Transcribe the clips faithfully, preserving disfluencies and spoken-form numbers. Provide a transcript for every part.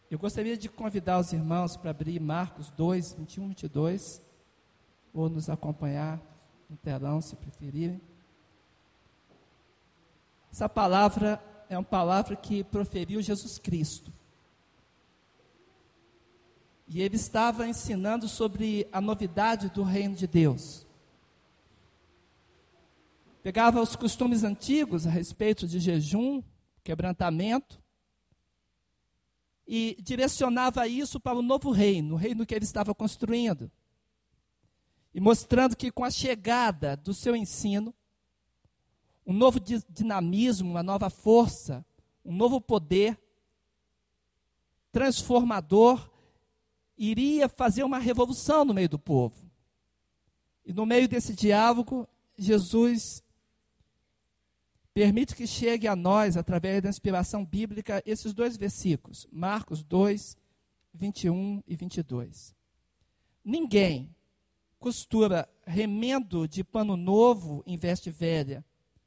Eu gostaria de convidar os irmãos para abrir Marcos dois, vinte e um, vinte e dois, ou nos acompanhar no telão, se preferirem. Essa palavra é uma palavra que proferiu Jesus Cristo. E ele estava ensinando sobre a novidade do reino de Deus. Pegava os costumes antigos a respeito de jejum, quebrantamento, e direcionava isso para o novo reino, o reino que ele estava construindo. E mostrando que com a chegada do seu ensino, um novo dinamismo, uma nova força, um novo poder transformador iria fazer uma revolução no meio do povo. E no meio desse diálogo, Jesus permite que chegue a nós, através da inspiração bíblica, esses dois versículos, Marcos dois, vinte e um e vinte e dois. Ninguém costura remendo de pano novo em veste velha,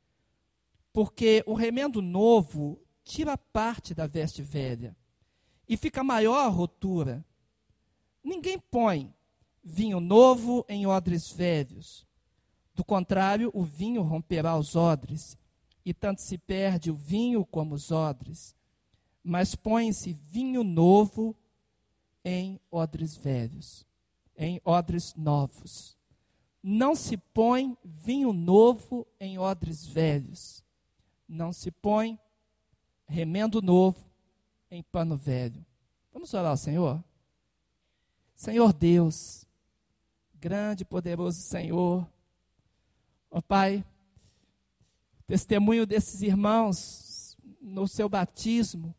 porque o remendo novo tira parte da veste velha e fica maior a rotura. Ninguém põe vinho novo em odres velhos. Do contrário, o vinho romperá os odres, e tanto se perde o vinho como os odres. Mas põe-se vinho novo em odres velhos, em odres novos. Não se põe vinho novo em odres velhos. Não se põe remendo novo em pano velho. Vamos orar ao Senhor? Senhor Deus, grande e poderoso Senhor, ó Pai, testemunho desses irmãos no seu batismo,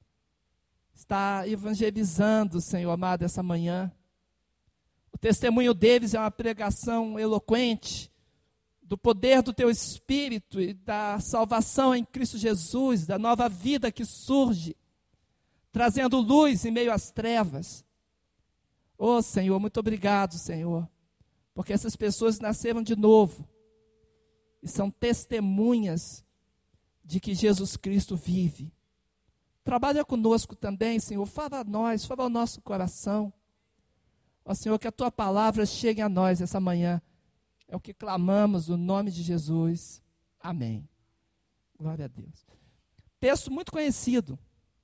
está evangelizando, Senhor amado, essa manhã. O testemunho deles é uma pregação eloquente do poder do Teu Espírito e da salvação em Cristo Jesus, da nova vida que surge, trazendo luz em meio às trevas. Oh, Senhor, muito obrigado, Senhor, porque essas pessoas nasceram de novo e são testemunhas de que Jesus Cristo vive. Trabalha conosco também, Senhor, fala a nós, fala ao nosso coração. Ó Senhor, que a Tua palavra chegue a nós essa manhã. É o que clamamos no nome de Jesus. Amém. Glória a Deus. Texto muito conhecido.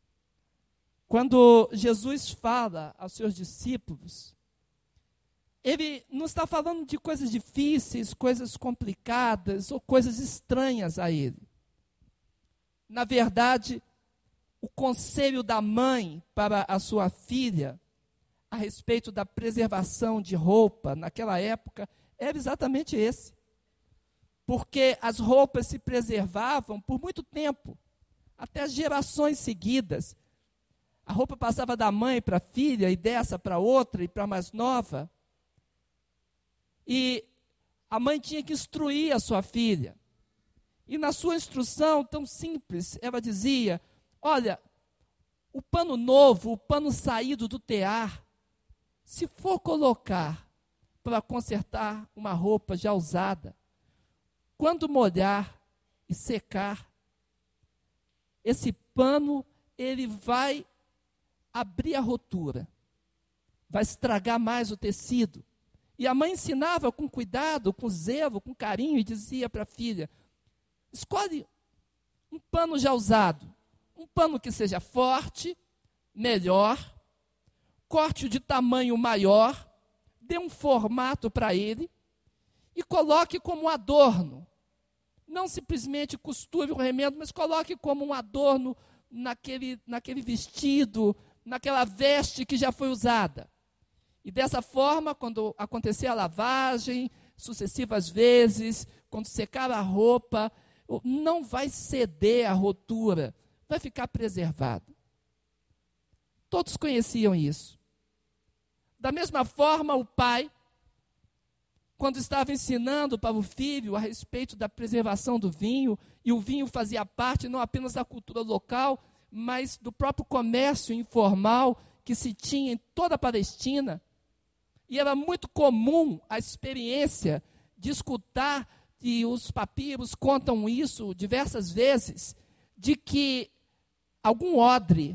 Quando Jesus fala aos seus discípulos, ele não está falando de coisas difíceis, coisas complicadas ou coisas estranhas a ele. Na verdade, o conselho da mãe para a sua filha a respeito da preservação de roupa naquela época era exatamente esse. Porque as roupas se preservavam por muito tempo, até gerações seguidas. A roupa passava da mãe para a filha, e dessa para outra, e para a mais nova. E a mãe tinha que instruir a sua filha. E na sua instrução tão simples, ela dizia, olha, o pano novo, o pano saído do tear, se for colocar para consertar uma roupa já usada, quando molhar e secar, esse pano, ele vai abrir a rotura, vai estragar mais o tecido. E a mãe ensinava com cuidado, com zelo, com carinho, e dizia para a filha, escolhe um pano já usado, um pano que seja forte, melhor, corte-o de tamanho maior, dê um formato para ele e coloque como um adorno. Não simplesmente costure o remendo, mas coloque como um adorno naquele, naquele vestido, naquela veste que já foi usada. E dessa forma, quando acontecer a lavagem, sucessivas vezes, quando secar a roupa, não vai ceder a rotura, vai ficar preservado. Todos conheciam isso. Da mesma forma, o pai, quando estava ensinando para o filho a respeito da preservação do vinho, e o vinho fazia parte não apenas da cultura local, mas do próprio comércio informal que se tinha em toda a Palestina. E era muito comum a experiência de escutar, e os papiros contam isso diversas vezes, de que algum odre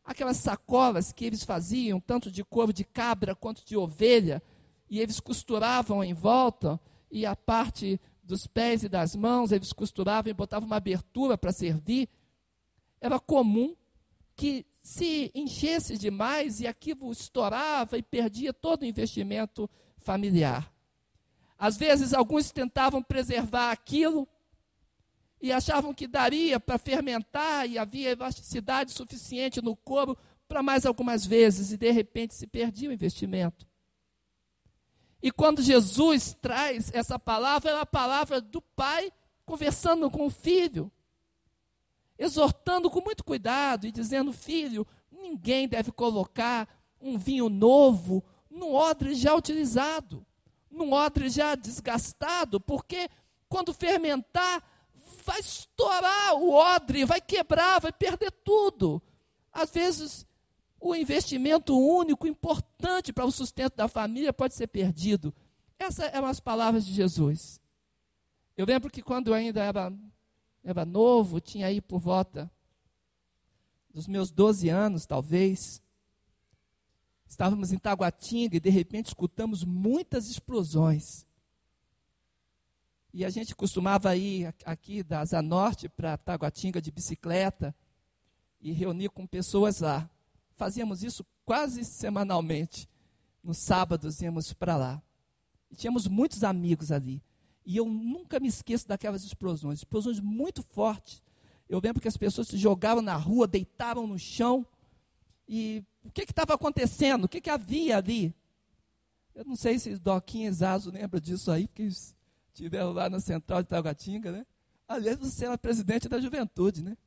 aquelas sacolas que eles faziam, tanto de couro de cabra quanto de ovelha, e eles costuravam em volta, e a parte dos pés e das mãos eles costuravam e botavam uma abertura para servir. Era comum que se enchesse demais e aquilo estourava e perdia todo o investimento familiar. Às vezes, alguns tentavam preservar aquilo e achavam que daria para fermentar e havia elasticidade suficiente no couro para mais algumas vezes, e de repente se perdia o investimento. E quando Jesus traz essa palavra, é a palavra do pai conversando com o filho, exortando com muito cuidado e dizendo: filho, ninguém deve colocar um vinho novo num odre já utilizado, num odre já desgastado, porque quando fermentar, vai estourar o odre, vai quebrar, vai perder tudo. Às vezes, o investimento único, importante para o sustento da família, pode ser perdido. Essas eram as palavras de Jesus. Eu lembro que quando eu ainda era, era novo, tinha aí por volta dos meus doze anos, talvez, estávamos em Taguatinga e de repente escutamos muitas explosões. E a gente costumava ir aqui da Asa Norte para Taguatinga de bicicleta e reunir com pessoas lá. Fazíamos isso quase semanalmente. Nos sábados íamos para lá. E tínhamos muitos amigos ali. E eu nunca me esqueço daquelas explosões. Explosões muito fortes. Eu lembro que as pessoas se jogavam na rua, deitavam no chão. E o que estava acontecendo? O que, que havia ali? Eu não sei se Doquinha e Zazo lembram disso aí, porque eles estiveram lá na central de Taguatinga, né? Aliás, você era presidente da juventude, né?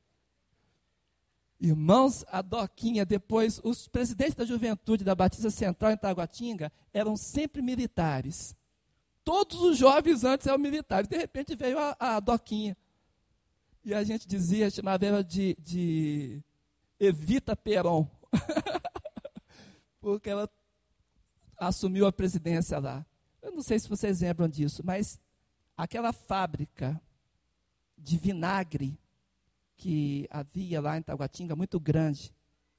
Irmãos, a Doquinha, depois, os presidentes da juventude da Batista Central em Taguatinga eram sempre militares. Todos os jovens antes eram militares. De repente veio a, a Doquinha. E a gente dizia, chamava ela de, de Evita Peron. Porque ela assumiu a presidência lá. Eu não sei se vocês lembram disso, mas aquela fábrica de vinagre que havia lá em Taguatinga, muito grande,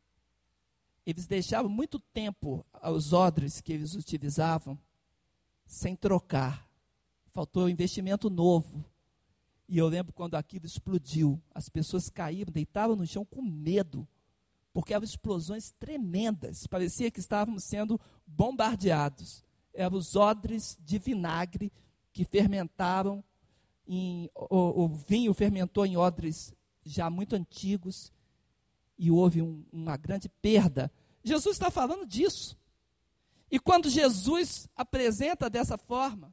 eles deixavam muito tempo os odres que eles utilizavam sem trocar. Faltou investimento novo. E eu lembro quando aquilo explodiu, as pessoas caíram, deitavam no chão com medo, porque eram explosões tremendas, parecia que estávamos sendo bombardeados. Eram os odres de vinagre que fermentaram, em, o, o vinho fermentou em odres já muito antigos, e houve um, uma grande perda. Jesus está falando disso. E quando Jesus apresenta dessa forma,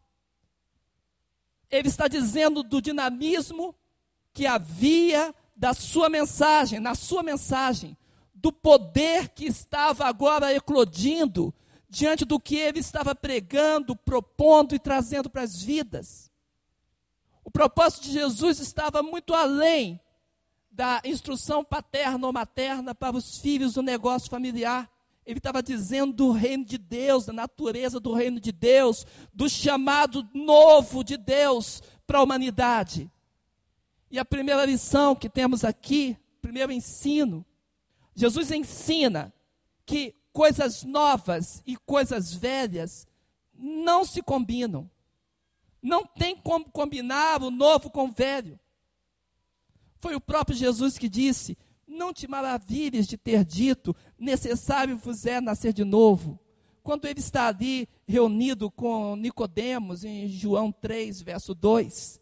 ele está dizendo do dinamismo que havia da sua mensagem, na sua mensagem, do poder que estava agora eclodindo diante do que ele estava pregando, propondo e trazendo para as vidas. O propósito de Jesus estava muito além da instrução paterna ou materna para os filhos do negócio familiar. Ele estava dizendo do reino de Deus, da natureza do reino de Deus, do chamado novo de Deus para a humanidade. E a primeira lição que temos aqui, primeiro ensino, Jesus ensina que coisas novas e coisas velhas não se combinam. Não tem como combinar o novo com o velho. Foi o próprio Jesus que disse: não te maravilhes de ter dito, necessário vos é nascer de novo. Quando ele está ali reunido com Nicodemos, em João três, verso dois.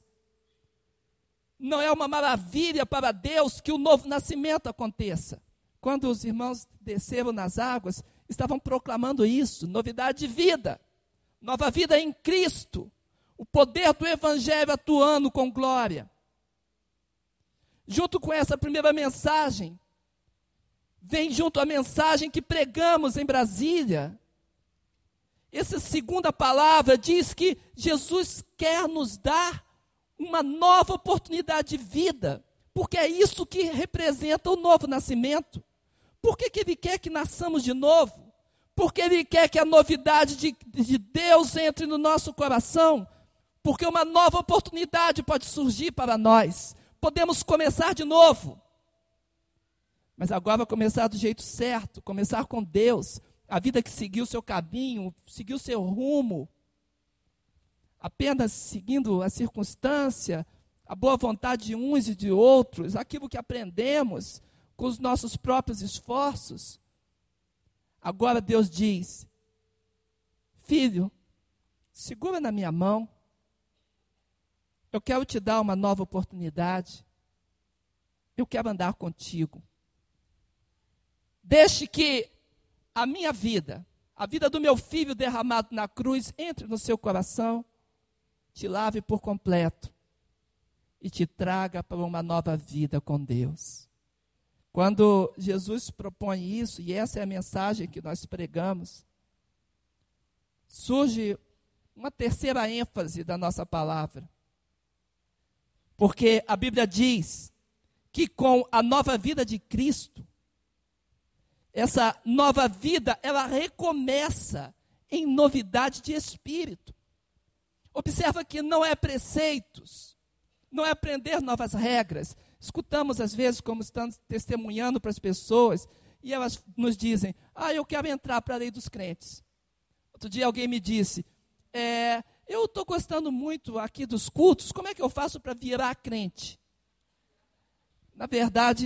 Não é uma maravilha para Deus que o novo nascimento aconteça. Quando os irmãos desceram nas águas, estavam proclamando isso, novidade de vida, nova vida em Cristo, o poder do Evangelho atuando com glória. Junto com essa primeira mensagem, vem junto a mensagem que pregamos em Brasília. Essa segunda palavra diz que Jesus quer nos dar uma nova oportunidade de vida, porque é isso que representa o novo nascimento. Por que que Ele quer que nasçamos de novo? Porque Ele quer que a novidade de, de Deus entre no nosso coração, porque uma nova oportunidade pode surgir para nós. Podemos começar de novo. Mas agora começar do jeito certo, começar com Deus, a vida que seguiu o seu caminho, seguiu o seu rumo, apenas seguindo a circunstância, a boa vontade de uns e de outros, aquilo que aprendemos com os nossos próprios esforços. Agora Deus diz: filho, segura na minha mão, eu quero te dar uma nova oportunidade, eu quero andar contigo. Deixe que a minha vida, a vida do meu filho derramado na cruz, entre no seu coração, te lave por completo e te traga para uma nova vida com Deus. Quando Jesus propõe isso, e essa é a mensagem que nós pregamos, surge uma terceira ênfase da nossa palavra. Porque a Bíblia diz que com a nova vida de Cristo, essa nova vida, ela recomeça em novidade de espírito. Observa que não é preceitos, não é aprender novas regras. Escutamos às vezes como estamos testemunhando para as pessoas, e elas nos dizem: ah, eu quero entrar para a lei dos crentes. Outro dia alguém me disse: é, eu estou gostando muito aqui dos cultos, como é que eu faço para virar crente? Na verdade,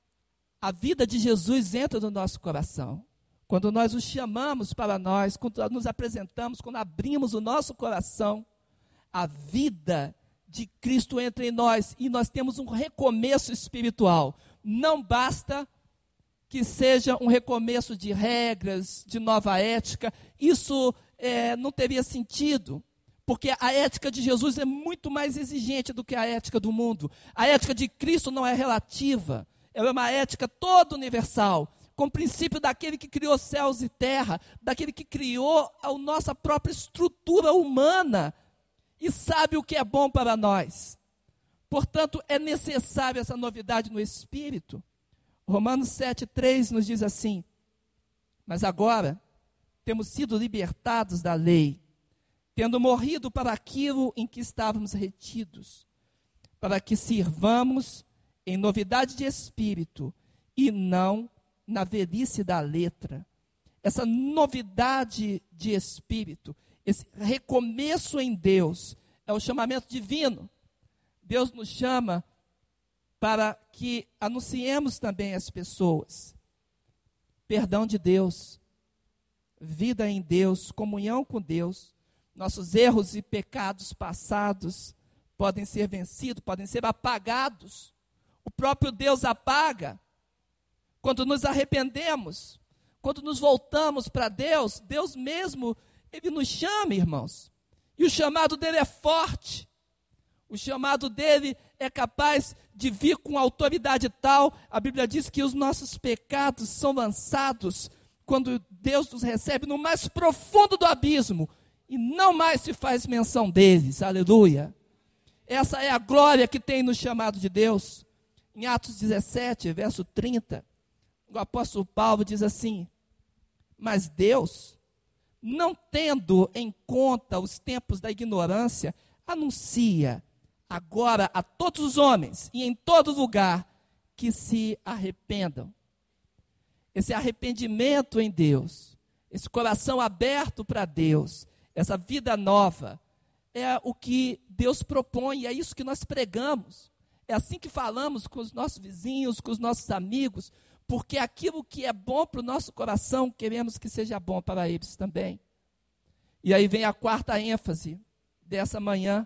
a vida de Jesus entra no nosso coração. Quando nós o chamamos para nós, quando nos apresentamos, quando abrimos o nosso coração, a vida de Cristo entra em nós e nós temos um recomeço espiritual. Não basta que seja um recomeço de regras, de nova ética. Isso é, não teria sentido, porque a ética de Jesus é muito mais exigente do que a ética do mundo. A ética de Cristo não é relativa, ela é uma ética toda universal, com o princípio daquele que criou céus e terra, daquele que criou a nossa própria estrutura humana e sabe o que é bom para nós. Portanto, é necessária essa novidade no Espírito. Romanos sete, três nos diz assim: mas agora temos sido libertados da lei, tendo morrido para aquilo em que estávamos retidos, para que sirvamos em novidade de espírito e não na velhice da letra. Essa novidade de espírito, esse recomeço em Deus, é o chamamento divino. Deus nos chama para que anunciemos também às pessoas perdão de Deus, vida em Deus, comunhão com Deus. Nossos erros e pecados passados podem ser vencidos, podem ser apagados. O próprio Deus apaga. Quando nos arrependemos, quando nos voltamos para Deus, Deus mesmo, Ele nos chama, irmãos. E o chamado dele é forte. O chamado dele é capaz de vir com autoridade tal. A Bíblia diz que os nossos pecados são lançados quando Deus nos recebe no mais profundo do abismo e não mais se faz menção deles. Aleluia. Essa é a glória que tem no chamado de Deus. Em Atos dezessete, verso trinta, o apóstolo Paulo diz assim: mas Deus, não tendo em conta os tempos da ignorância, anuncia agora a todos os homens e em todo lugar que se arrependam. Esse arrependimento em Deus, esse coração aberto para Deus, essa vida nova, é o que Deus propõe, é isso que nós pregamos. É assim que falamos com os nossos vizinhos, com os nossos amigos, porque aquilo que é bom para o nosso coração, queremos que seja bom para eles também. E aí vem a quarta ênfase dessa manhã.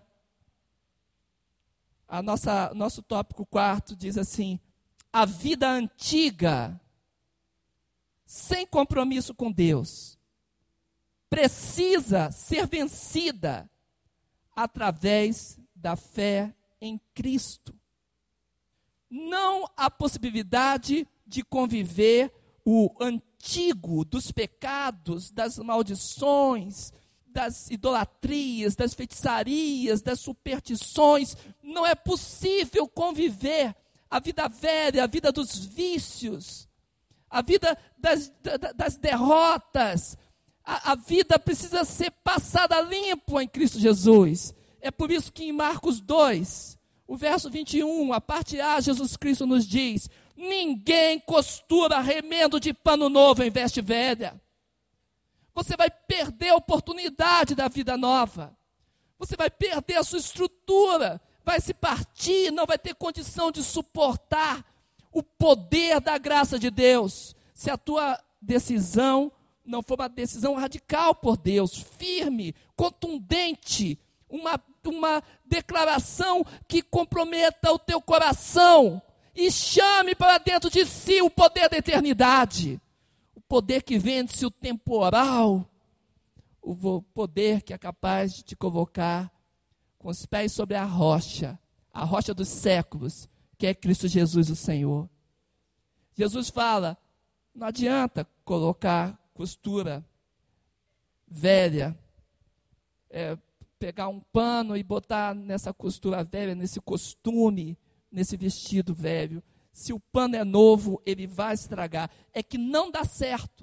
A nossa, nosso tópico quarto diz assim: a vida antiga, sem compromisso com Deus, precisa ser vencida através da fé em Cristo. Não há possibilidade de conviver o antigo dos pecados, das maldições, das idolatrias, das feitiçarias, das superstições. Não é possível conviver a vida velha, a vida dos vícios, a vida das, das derrotas. A, a vida precisa ser passada limpo em Cristo Jesus. É por isso que em Marcos dois, o verso vinte e um, a parte A, Jesus Cristo nos diz: Ninguém costura remendo de pano novo em veste velha. Você vai perder a oportunidade da vida nova. Você vai perder a sua estrutura, vai se partir, não vai ter condição de suportar o poder da graça de Deus. Se a tua decisão não for uma decisão radical por Deus, firme, contundente, uma, uma declaração que comprometa o teu coração e chame para dentro de si o poder da eternidade, o poder que vence o temporal, o poder que é capaz de te colocar com os pés sobre a rocha, a rocha dos séculos, que é Cristo Jesus, o Senhor. Jesus fala, não adianta colocar costura velha, é, pegar um pano e botar nessa costura velha, nesse costume, nesse vestido velho. Se o pano é novo, ele vai estragar. É que não dá certo.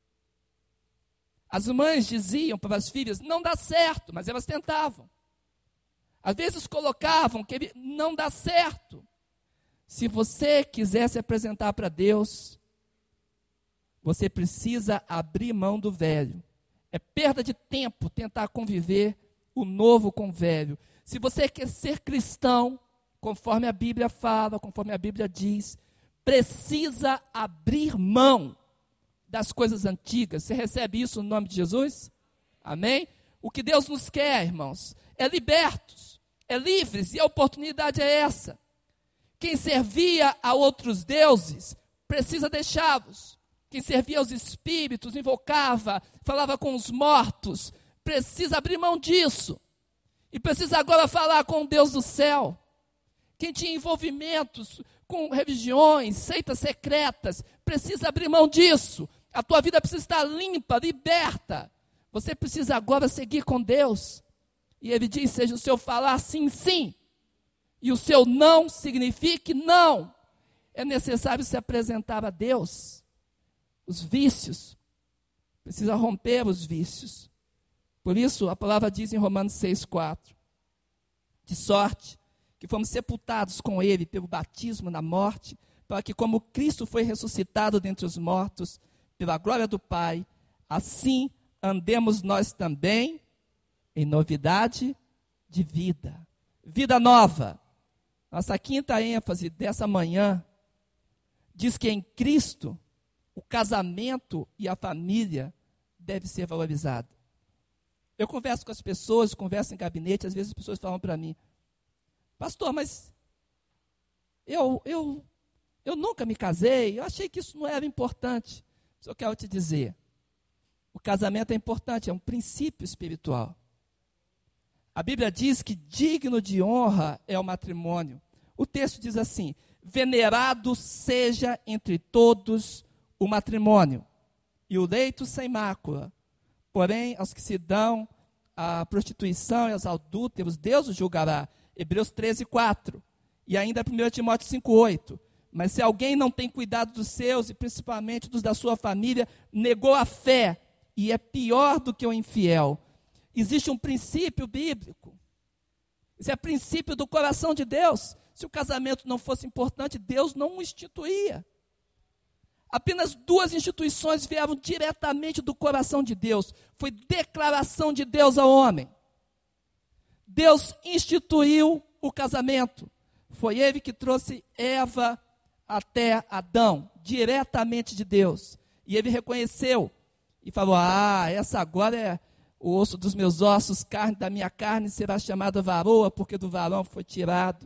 As mães diziam para as filhas, não dá certo, mas elas tentavam. Às vezes colocavam que ele não dá certo. Se você quiser se apresentar para Deus, você precisa abrir mão do velho. É perda de tempo tentar conviver o novo com o velho. Se você quer ser cristão, conforme a Bíblia fala, conforme a Bíblia diz, precisa abrir mão das coisas antigas. Você recebe isso no nome de Jesus? Amém? O que Deus nos quer, irmãos, é libertos, é livres, e a oportunidade é essa. Quem servia a outros deuses, precisa deixá-los. Quem servia aos espíritos, invocava, falava com os mortos, precisa abrir mão disso. E precisa agora falar com o Deus do céu. Quem tinha envolvimentos com religiões, seitas secretas, precisa abrir mão disso. A tua vida precisa estar limpa, liberta. Você precisa agora seguir com Deus. E ele diz, seja o seu falar sim, sim. E o seu não signifique não. É necessário se apresentar a Deus. Os vícios, precisa romper os vícios. Por isso, a palavra diz em Romanos seis, quatro, de sorte que fomos sepultados com ele pelo batismo na morte, para que como Cristo foi ressuscitado dentre os mortos, pela glória do Pai, assim andemos nós também em novidade de vida. Vida nova. Nossa quinta ênfase dessa manhã diz que em Cristo o casamento e a família devem ser valorizados. Eu converso com as pessoas, converso em gabinete, às vezes as pessoas falam para mim, pastor, mas eu, eu, eu nunca me casei, eu achei que isso não era importante. Só quero te dizer, o casamento é importante, é um princípio espiritual. A Bíblia diz que digno de honra é o matrimônio. O texto diz assim, venerado seja entre todos o matrimônio, e o leito sem mácula. Porém, aos que se dão à prostituição e aos adúlteros, Deus os julgará. Hebreus treze, quatro. E ainda primeiro Timóteo cinco, oito. Mas se alguém não tem cuidado dos seus, e principalmente dos da sua família, negou a fé, e é pior do que o infiel. Existe um princípio bíblico. Esse é o princípio do coração de Deus. Se o casamento não fosse importante, Deus não o instituía. Apenas duas instituições vieram diretamente do coração de Deus. Foi declaração de Deus ao homem. Deus instituiu o casamento. Foi ele que trouxe Eva até Adão, diretamente de Deus. E ele reconheceu e falou, ah, essa agora é o osso dos meus ossos, carne da minha carne, será chamada varoa, porque do varão foi tirado.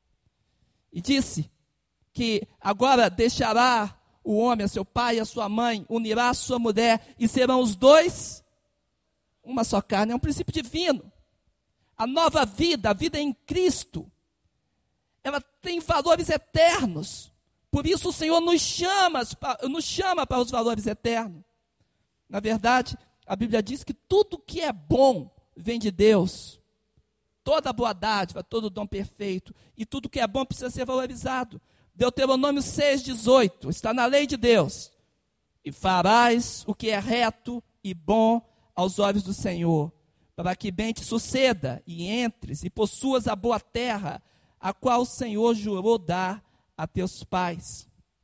E disse que agora deixará o homem, a seu pai e a sua mãe, unirá a sua mulher, e serão os dois uma só carne. É um princípio divino. A nova vida, a vida em Cristo, ela tem valores eternos. Por isso o Senhor nos chama, nos chama para os valores eternos. Na verdade, a Bíblia diz que tudo que é bom vem de Deus. Toda boa dádiva, todo dom perfeito, e tudo que é bom precisa ser valorizado. Deuteronômio seis, dezoito, está na lei de Deus. E farás o que é reto e bom aos olhos do Senhor, para que bem te suceda, e entres, e possuas a boa terra, a qual o Senhor jurou dar a teus pais.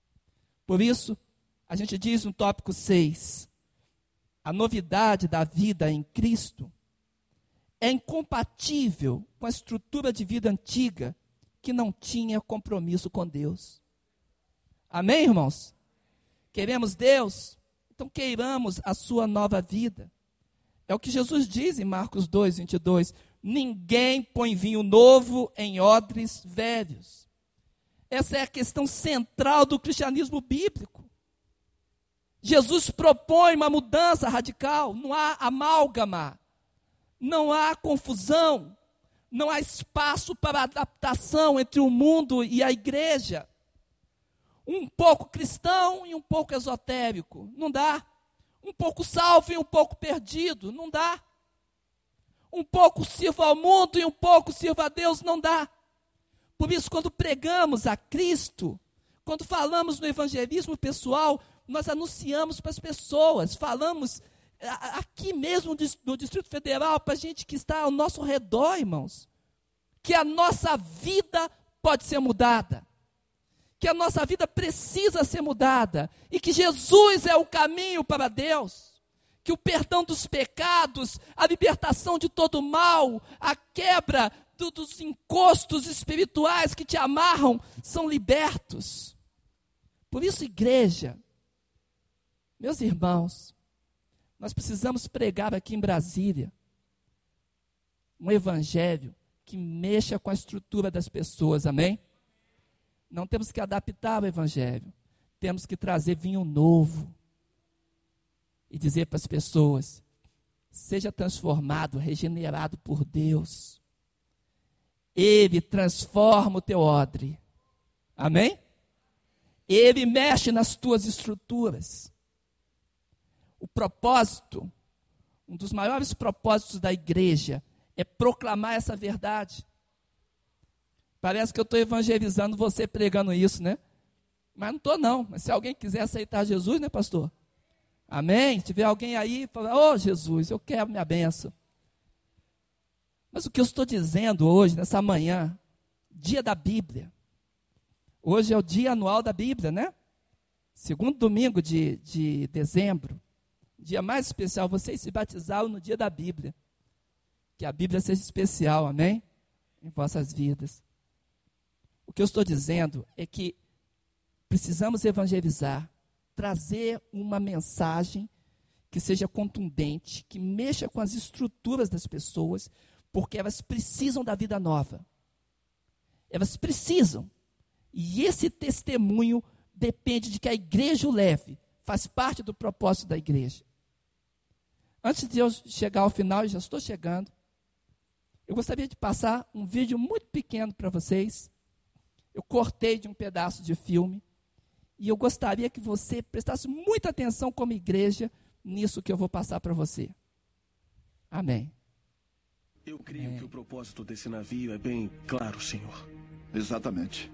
Por isso, a gente diz no tópico seis, a novidade da vida em Cristo é incompatível com a estrutura de vida antiga que não tinha compromisso com Deus. Amém, irmãos? Queremos Deus? Então queiramos a sua nova vida. É o que Jesus diz em Marcos dois, vinte e dois. Ninguém põe vinho novo em odres velhos. Essa é a questão central do cristianismo bíblico. Jesus propõe uma mudança radical. Não há amálgama, não há confusão, não há espaço para adaptação entre o mundo e a igreja. Um pouco cristão e um pouco esotérico, não dá. Um pouco salvo e um pouco perdido, não dá. Um pouco sirva ao mundo e um pouco sirva a Deus, não dá. Por isso, quando pregamos a Cristo, quando falamos no evangelismo pessoal, nós anunciamos para as pessoas, falamos aqui mesmo no Distrito Federal, para a gente que está ao nosso redor, irmãos, que a nossa vida pode ser mudada, que a nossa vida precisa ser mudada, e que Jesus é o caminho para Deus, que o perdão dos pecados, a libertação de todo mal, a quebra do, dos encostos espirituais que te amarram, são libertos. Por isso, igreja, meus irmãos, nós precisamos pregar aqui em Brasília um evangelho que mexa com a estrutura das pessoas, amém? Não temos que adaptar o evangelho, temos que trazer vinho novo e dizer para as pessoas: seja transformado, regenerado por Deus. Ele transforma o teu odre, amém? Ele mexe nas tuas estruturas. O propósito, um dos maiores propósitos da igreja é proclamar essa verdade. Parece que eu estou evangelizando você pregando isso, né? Mas não estou não. Mas se alguém quiser aceitar Jesus, né, pastor? Amém? Se tiver alguém aí, fala: ô Jesus, eu quero minha bênção. Mas o que eu estou dizendo hoje, nessa manhã, dia da Bíblia. Hoje é o dia anual da Bíblia, né? Segundo domingo de, de dezembro. Dia mais especial, vocês se batizaram no dia da Bíblia. Que a Bíblia seja especial, amém? Em vossas vidas. O que eu estou dizendo é que precisamos evangelizar, trazer uma mensagem que seja contundente, que mexa com as estruturas das pessoas, porque elas precisam da vida nova. Elas precisam. E esse testemunho depende de que a igreja o leve, faz parte do propósito da igreja. Antes de eu chegar ao final, e já estou chegando, eu gostaria de passar um vídeo muito pequeno para vocês. Eu cortei de um pedaço de filme, e eu gostaria que você prestasse muita atenção como igreja nisso que eu vou passar para você. Amém. Eu creio Amém. que o propósito desse navio é bem claro, senhor. Exatamente.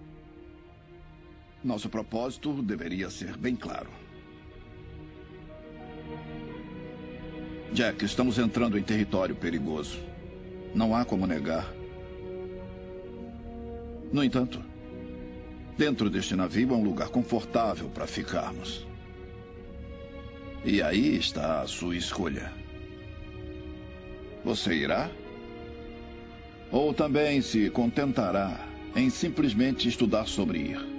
Nosso propósito deveria ser bem claro. Jack, estamos entrando em território perigoso. Não há como negar. No entanto, dentro deste navio há um lugar confortável para ficarmos. E aí está a sua escolha. Você irá? Ou também se contentará em simplesmente estudar sobre ir?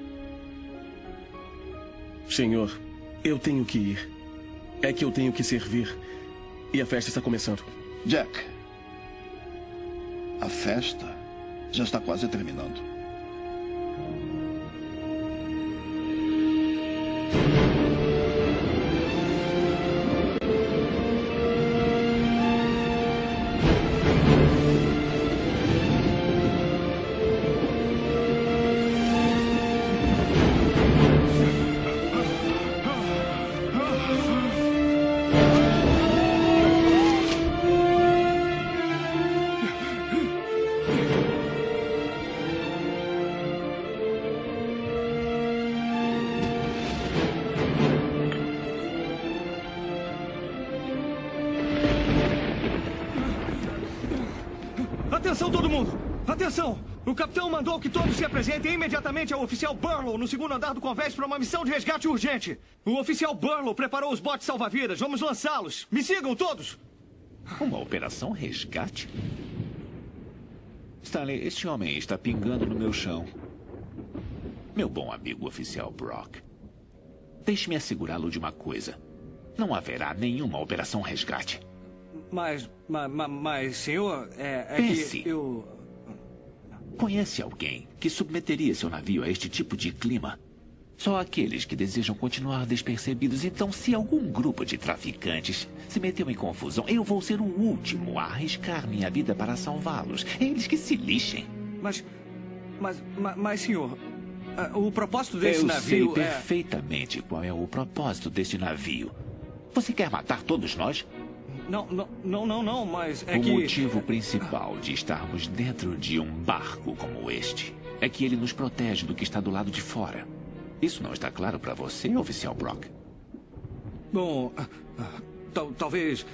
Senhor, eu tenho que ir. É que eu tenho que servir. E a festa está começando. Jack, a festa já está quase terminando. Atenção todo mundo! Atenção! O capitão mandou que todos se apresentem imediatamente ao oficial Burlow no segundo andar do convés para uma missão de resgate urgente. O oficial Burlow preparou os botes salva-vidas. Vamos lançá-los. Me sigam todos! Uma operação resgate? Stanley, este homem está pingando no meu chão. Meu bom amigo oficial Brock, deixe-me assegurá-lo de uma coisa. Não haverá nenhuma operação resgate. Mas, mas, mas senhor, é, é Pense. que eu... Conhece alguém que submeteria seu navio a este tipo de clima? Só aqueles que desejam continuar despercebidos. Então, se algum grupo de traficantes se meteu em confusão, eu vou ser o último a arriscar minha vida para salvá-los. Eles que se lixem. Mas, mas, mas, mas senhor, o propósito desse eu navio sei é... perfeitamente qual é o propósito deste navio. Você quer matar todos nós? Não, não, não, não, não, mas é o que... O motivo principal de estarmos dentro de um barco como este é que ele nos protege do que está do lado de fora. Isso não está claro para você, oficial Brock? Bom, tal, talvez...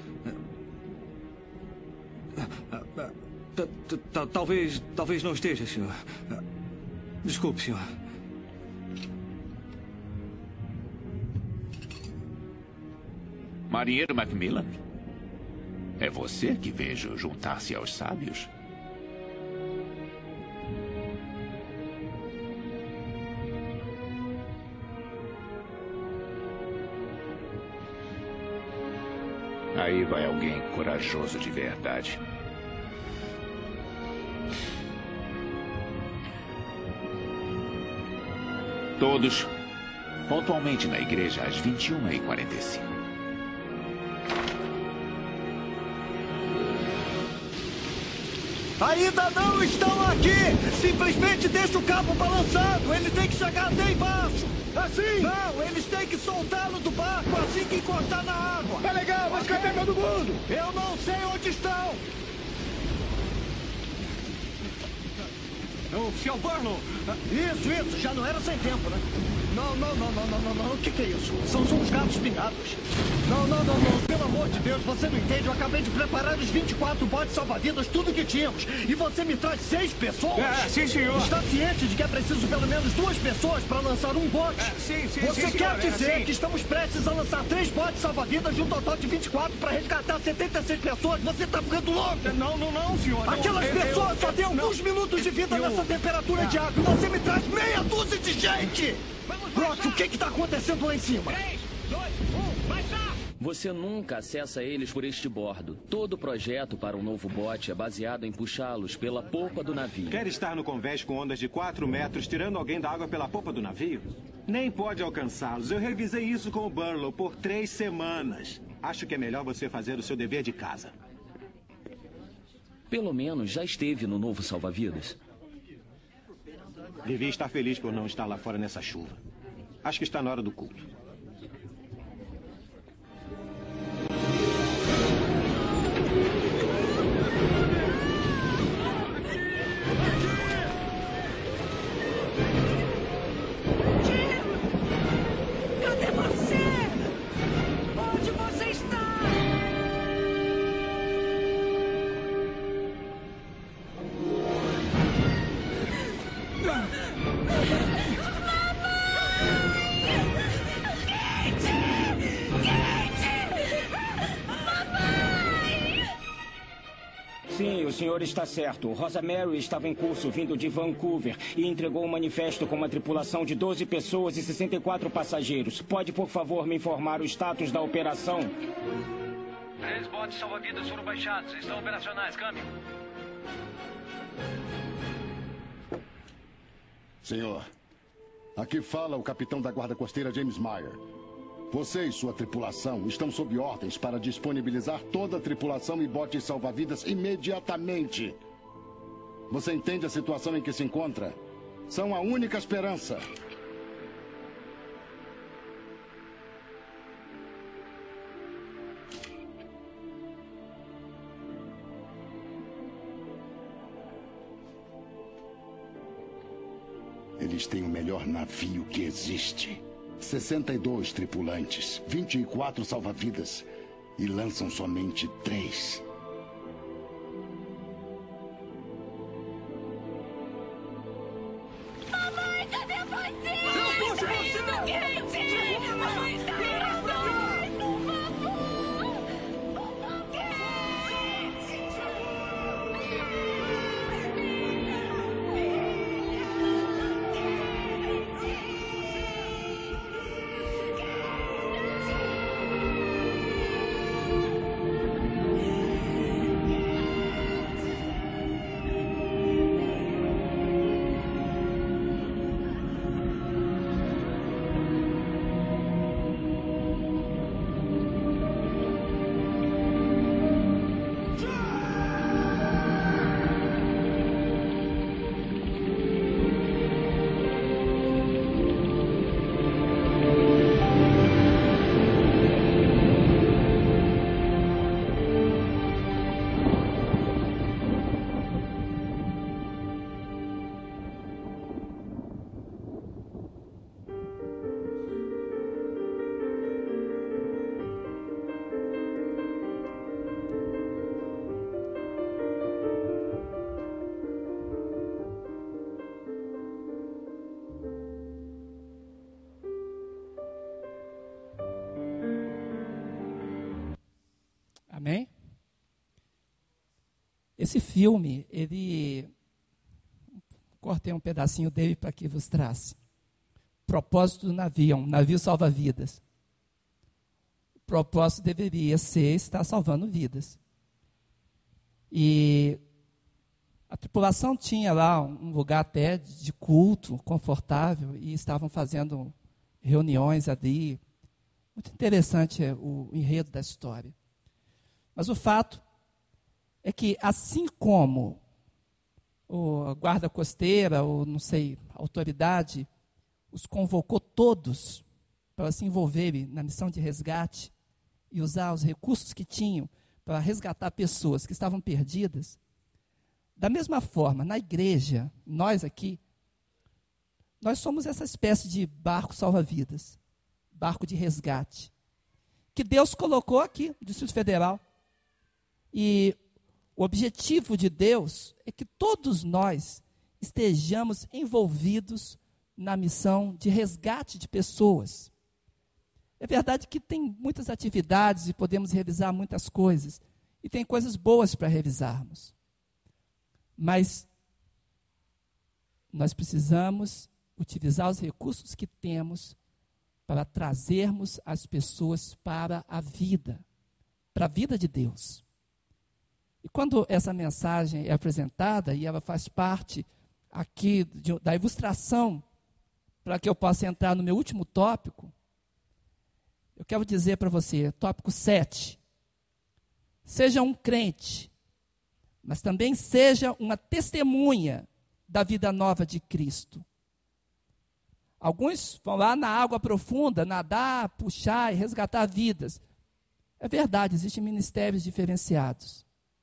Talvez, talvez não esteja, senhor. Desculpe, senhor. Marinheiro Macmillan? É você que vejo juntar-se aos sábios? Aí vai alguém corajoso de verdade. Todos, pontualmente na igreja às vinte e uma e quarenta e cinco. Ainda não estão aqui! Simplesmente deixa o cabo balançado! Ele tem que chegar até embaixo! Assim? Não, eles têm que soltá-lo do barco assim que encostar na água! Tá legal, mas cadê todo mundo? Eu não sei onde estão! Oficial Burlow! Isso, isso, já não era sem tempo, né? Não, não, não, não, não, não, não. O que, que é isso? São só uns gatos pingados. Não, não, não, não. Pelo amor de Deus, você não entende. Eu acabei de preparar os vinte e quatro botes salva-vidas, tudo que tínhamos. E você me traz seis pessoas? É, sim, senhor. Está ciente de que é preciso pelo menos duas pessoas para lançar um bote? É, sim, sim, você sim, quer senhor, dizer é, que estamos prestes a lançar três botes salva-vidas de um total de vinte e quatro para resgatar setenta e seis pessoas? Você está ficando louco? Não, não, não, senhor. Aquelas não, pessoas eu, só têm alguns não, minutos de vida eu, nessa temperatura de água. Você me traz meia dúzia de gente! Brock, o que está acontecendo lá em cima? três, dois, um, vai já! Você nunca acessa eles por este bordo. Todo o projeto para um novo bote é baseado em puxá-los pela polpa do navio. Quer estar no convés com ondas de quatro metros, tirando alguém da água pela polpa do navio? Nem pode alcançá-los. Eu revisei isso com o Burlow por três semanas. Acho que é melhor você fazer o seu dever de casa. Pelo menos já esteve no novo salva-vidas. Devia estar feliz por não estar lá fora nessa chuva. Acho que está na hora do culto. Cadê você? Onde você está? Sim, o senhor está certo. Rosa Mary estava em curso vindo de Vancouver e entregou um manifesto com uma tripulação de doze pessoas e sessenta e quatro passageiros. Pode, por favor, me informar o status da operação? Três botes salva-vidas foram baixados. Estão operacionais. Câmbio. Senhor, aqui fala o capitão da guarda costeira James Meyer. Você e sua tripulação estão sob ordens para disponibilizar toda a tripulação e botes salva-vidas imediatamente. Você entende a situação em que se encontra? São a única esperança. Eles têm o melhor navio que existe. sessenta e dois tripulantes, vinte e quatro salva-vidas e lançam somente três. Amém? Esse filme, ele... Cortei um pedacinho dele para que vos traça. Propósito do navio, um navio salva vidas. O propósito deveria ser estar salvando vidas. E a tripulação tinha lá um lugar até de culto, confortável, e estavam fazendo reuniões ali. Muito interessante o enredo da história. Mas o fato é que, assim como o guarda costeira, ou não sei, a autoridade, os convocou todos para se envolverem na missão de resgate e usar os recursos que tinham para resgatar pessoas que estavam perdidas, da mesma forma, na igreja, nós aqui, nós somos essa espécie de barco salva-vidas, barco de resgate, que Deus colocou aqui no Distrito Federal. E o objetivo de Deus é que todos nós estejamos envolvidos na missão de resgate de pessoas. É verdade que tem muitas atividades e podemos revisar muitas coisas. E tem coisas boas para revisarmos. Mas nós precisamos utilizar os recursos que temos para trazermos as pessoas para a vida, para a vida de Deus. E quando essa mensagem é apresentada, e ela faz parte aqui de, da ilustração, para que eu possa entrar no meu último tópico, eu quero dizer para você, tópico sete, seja um crente, mas também seja uma testemunha da vida nova de Cristo. Alguns vão lá na água profunda, nadar, puxar e resgatar vidas. É verdade, existem ministérios diferenciados.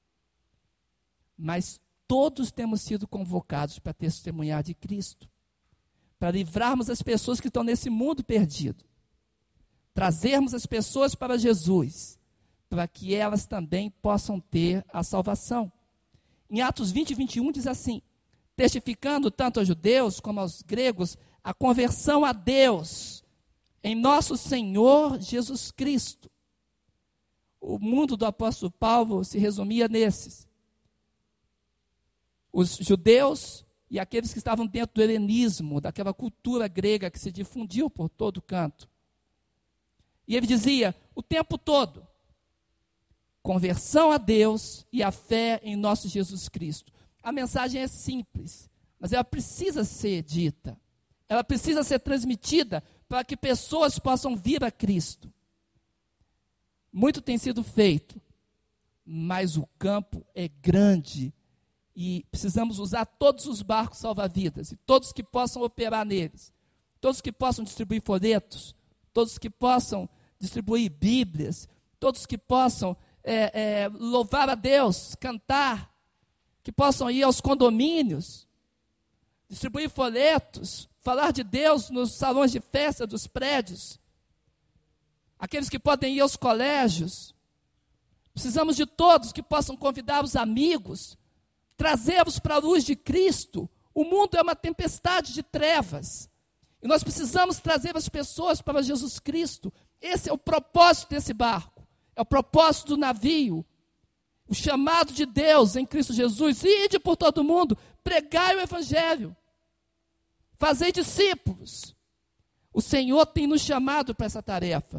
Mas todos temos sido convocados para testemunhar de Cristo, para livrarmos as pessoas que estão nesse mundo perdido, trazermos as pessoas para Jesus, para que elas também possam ter a salvação. Em Atos vinte, vinte e um diz assim, testificando tanto aos judeus como aos gregos, a conversão a Deus, em nosso Senhor Jesus Cristo. O mundo do apóstolo Paulo se resumia nesses. Os judeus e aqueles que estavam dentro do helenismo, daquela cultura grega que se difundiu por todo canto. E ele dizia, o tempo todo, conversão a Deus e a fé em nosso Jesus Cristo. A mensagem é simples, mas ela precisa ser dita. Ela precisa ser transmitida para que pessoas possam vir a Cristo. Muito tem sido feito, mas o campo é grande e precisamos usar todos os barcos salva-vidas e todos que possam operar neles, todos que possam distribuir folhetos, todos que possam distribuir bíblias, todos que possam é, é, louvar a Deus, cantar, que possam ir aos condomínios, distribuir folhetos, falar de Deus nos salões de festa dos prédios, aqueles que podem ir aos colégios. Precisamos de todos que possam convidar os amigos, trazê-los para a luz de Cristo. O mundo é uma tempestade de trevas, e nós precisamos trazer as pessoas para Jesus Cristo. Esse é o propósito desse barco, é o propósito do navio, o chamado de Deus em Cristo Jesus. Ide por todo mundo, pregai o Evangelho, fazei discípulos. O Senhor tem nos chamado para essa tarefa.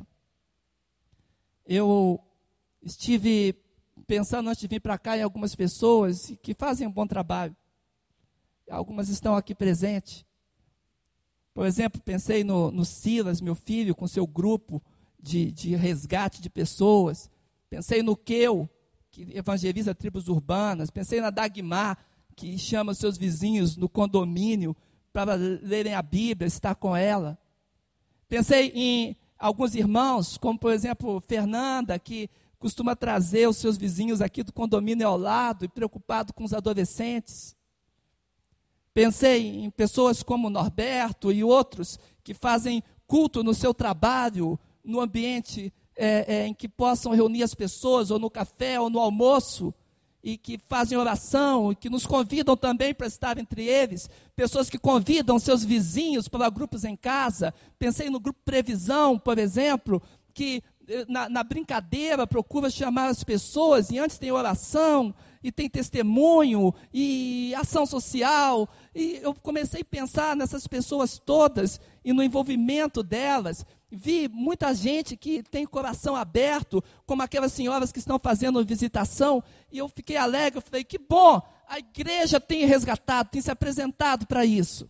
Eu estive pensando antes de vir para cá em algumas pessoas que fazem um bom trabalho. Algumas estão aqui presentes. Por exemplo, pensei no, no Silas, meu filho, com seu grupo de, de resgate de pessoas. Pensei no Keu, que evangeliza tribos urbanas. Pensei na Dagmar, que chama seus vizinhos no condomínio para lerem a Bíblia, estar com ela. Pensei em alguns irmãos, como por exemplo Fernanda, que costuma trazer os seus vizinhos aqui do condomínio ao lado e preocupado com os adolescentes. Pensei em pessoas como Norberto e outros que fazem culto no seu trabalho, no ambiente é, é, em que possam reunir as pessoas, ou no café, ou no almoço, e que fazem oração, e que nos convidam também para estar entre eles. Pessoas que convidam seus vizinhos para grupos em casa. Pensei no grupo Previsão, por exemplo, que na, na brincadeira procura chamar as pessoas, e antes tem oração, e tem testemunho, e ação social, e eu comecei a pensar nessas pessoas todas, e no envolvimento delas. Vi muita gente que tem coração aberto, como aquelas senhoras que estão fazendo visitação, e eu fiquei alegre, eu falei, que bom, a igreja tem resgatado, tem se apresentado para isso.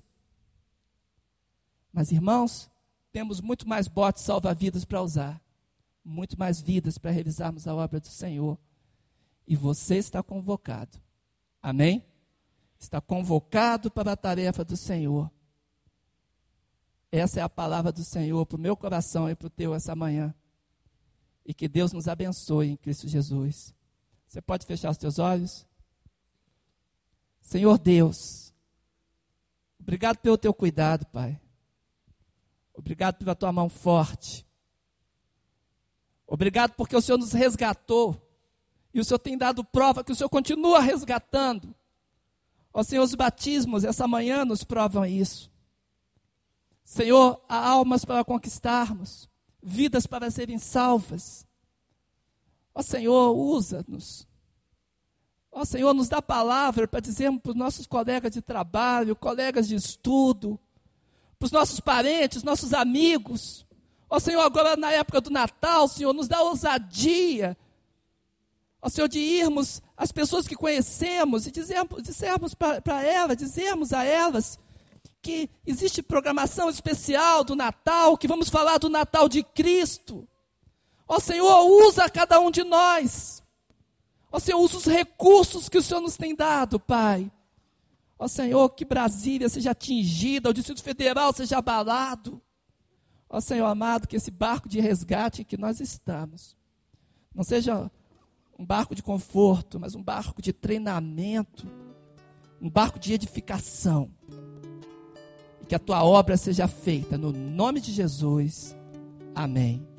Mas, irmãos, temos muito mais botes salva-vidas para usar, muito mais vidas para realizarmos a obra do Senhor. E você está convocado, amém? Está convocado para a tarefa do Senhor. Essa é a palavra do Senhor para o meu coração e para o teu essa manhã. E que Deus nos abençoe em Cristo Jesus. Você pode fechar os teus olhos? Senhor Deus, obrigado pelo teu cuidado, Pai. Obrigado pela tua mão forte. Obrigado porque o Senhor nos resgatou. E o Senhor tem dado prova que o Senhor continua resgatando. Ó Senhor, os batismos essa manhã nos provam isso. Senhor, há almas para conquistarmos, vidas para serem salvas. Ó Senhor, usa-nos. Ó Senhor, nos dá palavra para dizermos para os nossos colegas de trabalho, colegas de estudo, para os nossos parentes, nossos amigos. Ó Senhor, agora na época do Natal, Senhor, nos dá ousadia. Ó Senhor, de irmos às pessoas que conhecemos e dizermos, dizermos para elas, dizermos a elas que existe programação especial do Natal, que vamos falar do Natal de Cristo. Ó Senhor, usa cada um de nós. Ó Senhor, usa os recursos que o Senhor nos tem dado, Pai. Ó Senhor, que Brasília seja atingida, o Distrito Federal seja abalado. Ó Senhor amado, que esse barco de resgate em que nós estamos não seja um barco de conforto, mas um barco de treinamento, um barco de edificação. E que a tua obra seja feita no nome de Jesus. Amém.